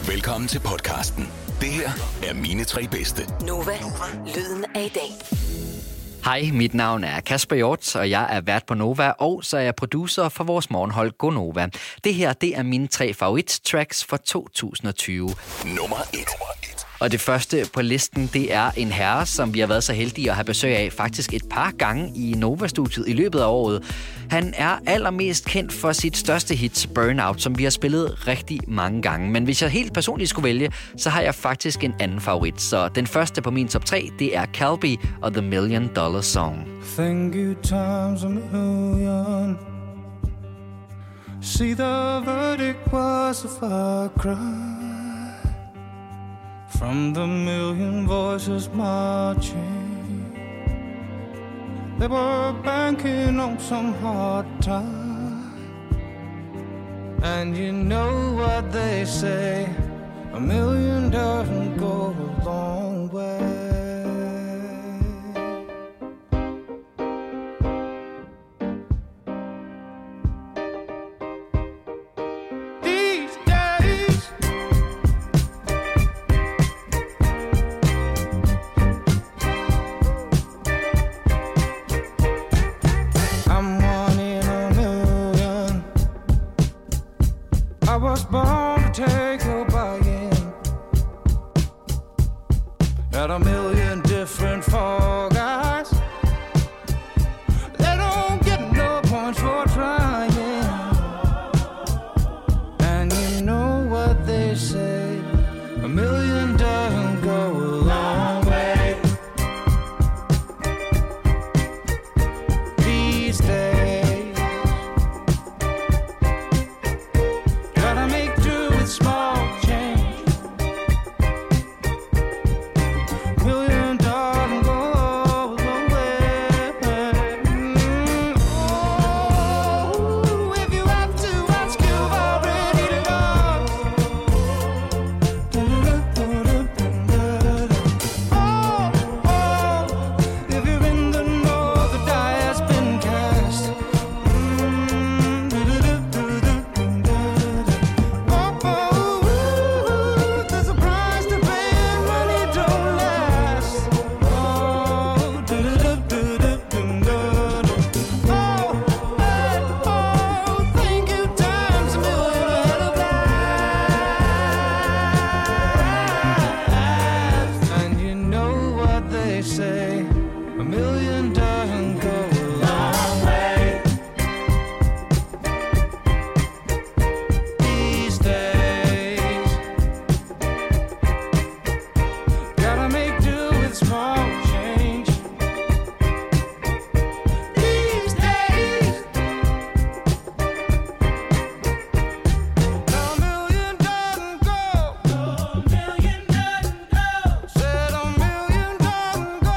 Velkommen til podcasten. Det her er mine 3 bedste. Nova, lyden af i dag. Hej, mit navn er Kasper Hjort, og jeg er vært på Nova, og så er jeg producer for vores morgenhold Go Nova. Det her, det er mine 3 favorit-tracks for 2020. Nummer 1. Og det første på listen, det er en herre, som vi har været så heldige at have besøg af faktisk et par gange i Nova-studiet i løbet af året. Han er allermest kendt for sit største hit, Burnout, som vi har spillet rigtig mange gange. Men hvis jeg helt personligt skulle vælge, så har jeg faktisk en anden favorit. Så den første på min top 3, det er Calbi og The $1 Million Song. Thank you times a million. See, the verdict was a far cry from the million voices marching. They were banking on some hard time. And you know what they say, $1 million doesn't go a long way. I was born to take your buy-in at a million different fall guys. They don't get no points for trying. And you know what they say, $1 million doesn't go a long way these days. Small change, $1 million doesn't go a long way. Oh, if you have to ask, you've already lost. Oh, if you're in the know, the die has been cast. Say $1 million doesn't go a long way these days. Gotta make do with small change these days. $1 million doesn't go. $1 million doesn't go. Said $1 million doesn't go.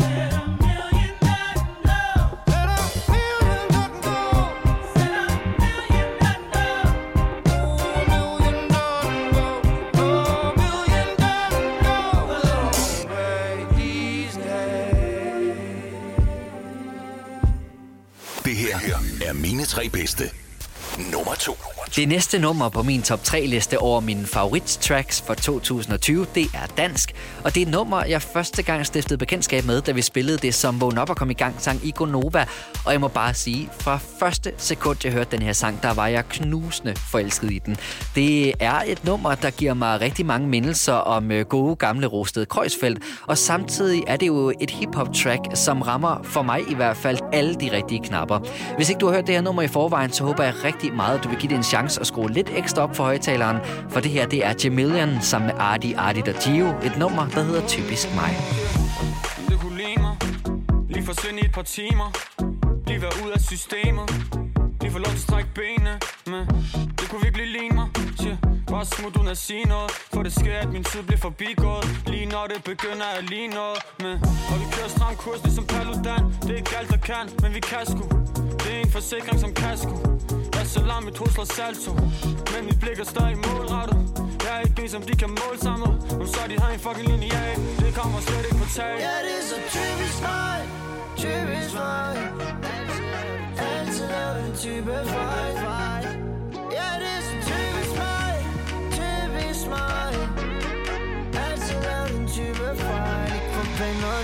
Det her er mine 3 bedste. Nummer 2. Det næste nummer på min top 3-liste over mine favorit-tracks for 2020, det er dansk. Og det er et nummer, jeg første gang stiftede bekendtskab med, da vi spillede det som Vågn op og kom i gang sang i Go Nova. Og jeg må bare sige, fra første sekund, jeg hørte den her sang, der var jeg knusende forelsket i den. Det er et nummer, der giver mig rigtig mange mindelser om gode gamle Rosted Kreuzfeldt. Og samtidig er det jo et hip-hop-track, som rammer, for mig i hvert fald, alle de rigtige knapper. Hvis ikke du har hørt det her nummer i forvejen, så håber jeg rigtig meget, at du vil give det en chance og skrue lidt ekstra op for højtaleren. For det her, det er Jamilian sammen med Ardi og Gio. Et nummer, der hedder Typisk mig. Det kunne ligne mig. Lige forsvinde i et par timer. Lige være ud af systemet. Lige få lov til at strække benene. Men det kunne virkelig ligne mig. Bare smut uden at sige noget. For det sker, at min tid bliver forbigået. Lige når det begynder at ligne noget. Men og vi kører stram kurs ligesom Paludan. Det er ikke alt der kan, men vi kan sgu. Det er en forsikring som kasko. Jeg er så langt mit hoved slår salto. Men mit blik er stadig målrettet. Jeg er ikke en som de kan måle sammen. Nu så de har en fucking linje af. Det kommer slet ikke på tag. Ja, det er så typisk mig. Typisk mig. Altid lavet en type fejl. Ja, det er så typisk mig. Typisk mig.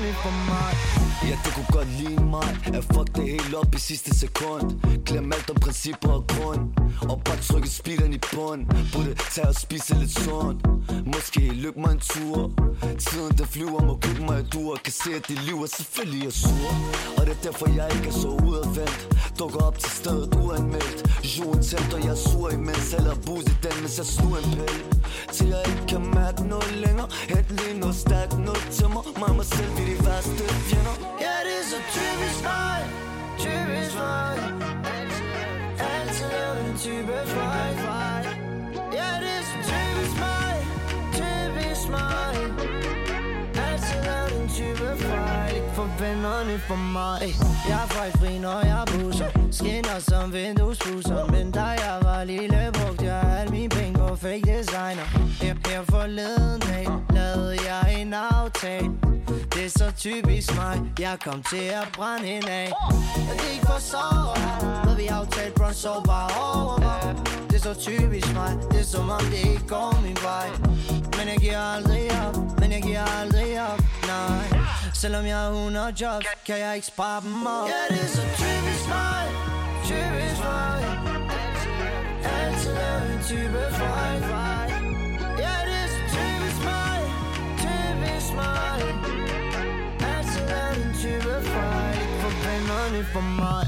det for mig. Ja, du kunne godt lide mig. Jeg fuck det helt op i sidste sekund. Glem alt om principper og grund. Og bare trykke speederen i bund. Burde tage og spise lidt sundt. Måske løb mig en tur. Tiden der flyver, må købe mig et dur. Kan se at dit liv er selvfølgelig er sur. Og det er derfor jeg ikke er så udadvendt. Dukker op til stedet uanmeldt. Jorden tændt og jeg er sur imens. Eller bus i den, mens jeg sluger en pæl. Til jeg ikke kan mærke noget længere. Hent lige noget stærkt, noget til mig. Mig og mig selv, vi de værste fjender. Ja, det er så typisk mig. Typisk mig. Altid lavet en type fejl. Ja, det er så typisk mig. Typisk mig. Altid lavet en type fejl. Ikke for vennerne for mig. Jeg er fejlfri, når jeg busser. Skinner som vinduespusser. Men da jeg var lille, brugte jeg alle mine penge på fake designer. Her forleden dag lavede jeg en aftale. Det er så typisk mig. Jeg kom til at brænde hende af. Jeg gik for sover. Når vi aftalte brunch, så bare over mig. Det er så typisk mig. Det er som om det ikke går min vej. Men jeg giver aldrig op. Men jeg giver aldrig op. Nej. Selvom jeg har 100 jobs, kan jeg ikke spare dem op. Ja, det er så typisk mig. Typisk mig. Altid lavet en type fejl. Ja, det er så typisk mig. Typisk mig. Altid lavet en type fejl. Ikke for vennerne for mig.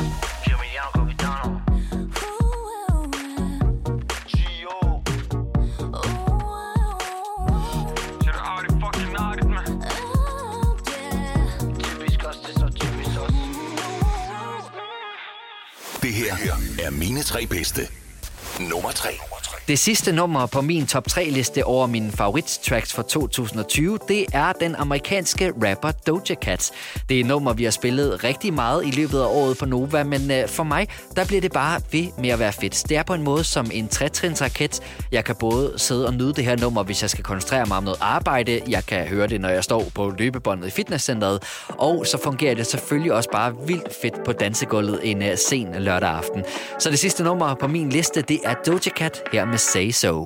Det her er mine 3 bedste. Nummer 3. Det sidste nummer på min top 3-liste over mine favorittracks fra 2020, det er den amerikanske rapper Doja Cat. Det er et nummer, vi har spillet rigtig meget i løbet af året på Nova, men for mig, der bliver det bare ved med at være fedt. Det er på en måde som en 3-trins-raket. Jeg kan både sidde og nyde det her nummer, hvis jeg skal koncentrere mig om noget arbejde. Jeg kan høre det, når jeg står på løbebåndet i fitnesscenteret. Og så fungerer det selvfølgelig også bare vildt fedt på dansegulvet en sen lørdag aften. Så det sidste nummer på min liste, det er Doja Cat her med Say So.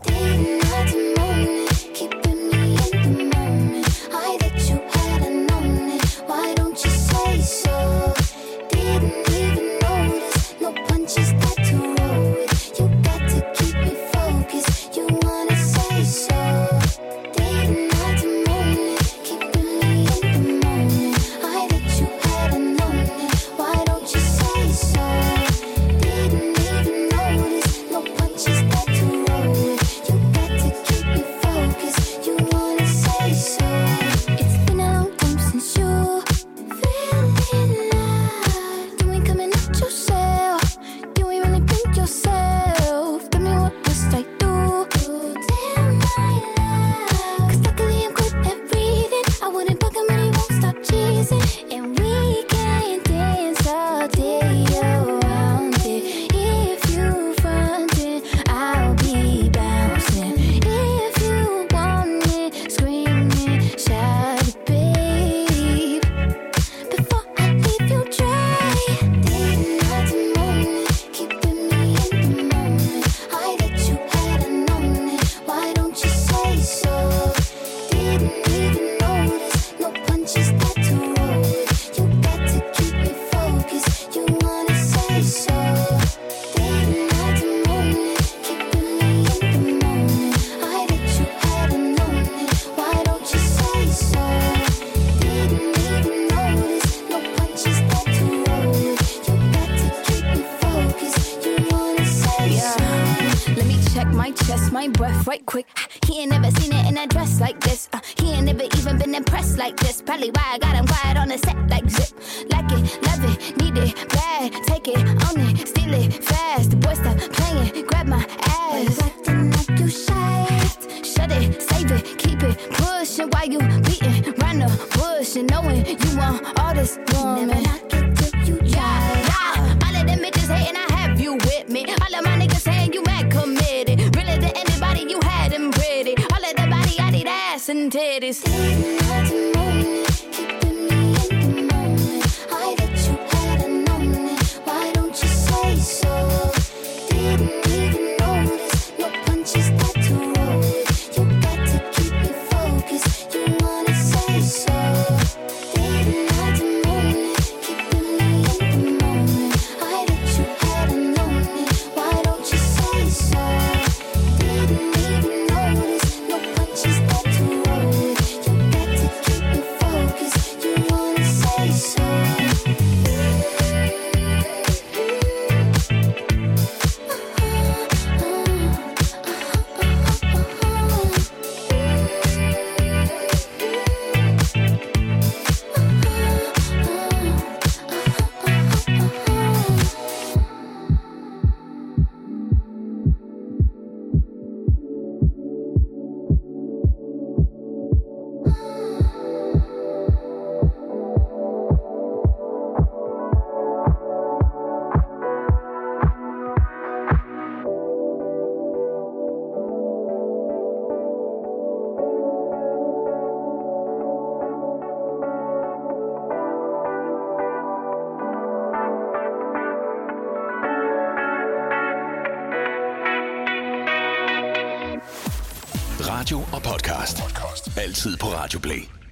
Radio og podcast. Altid på Radio Play.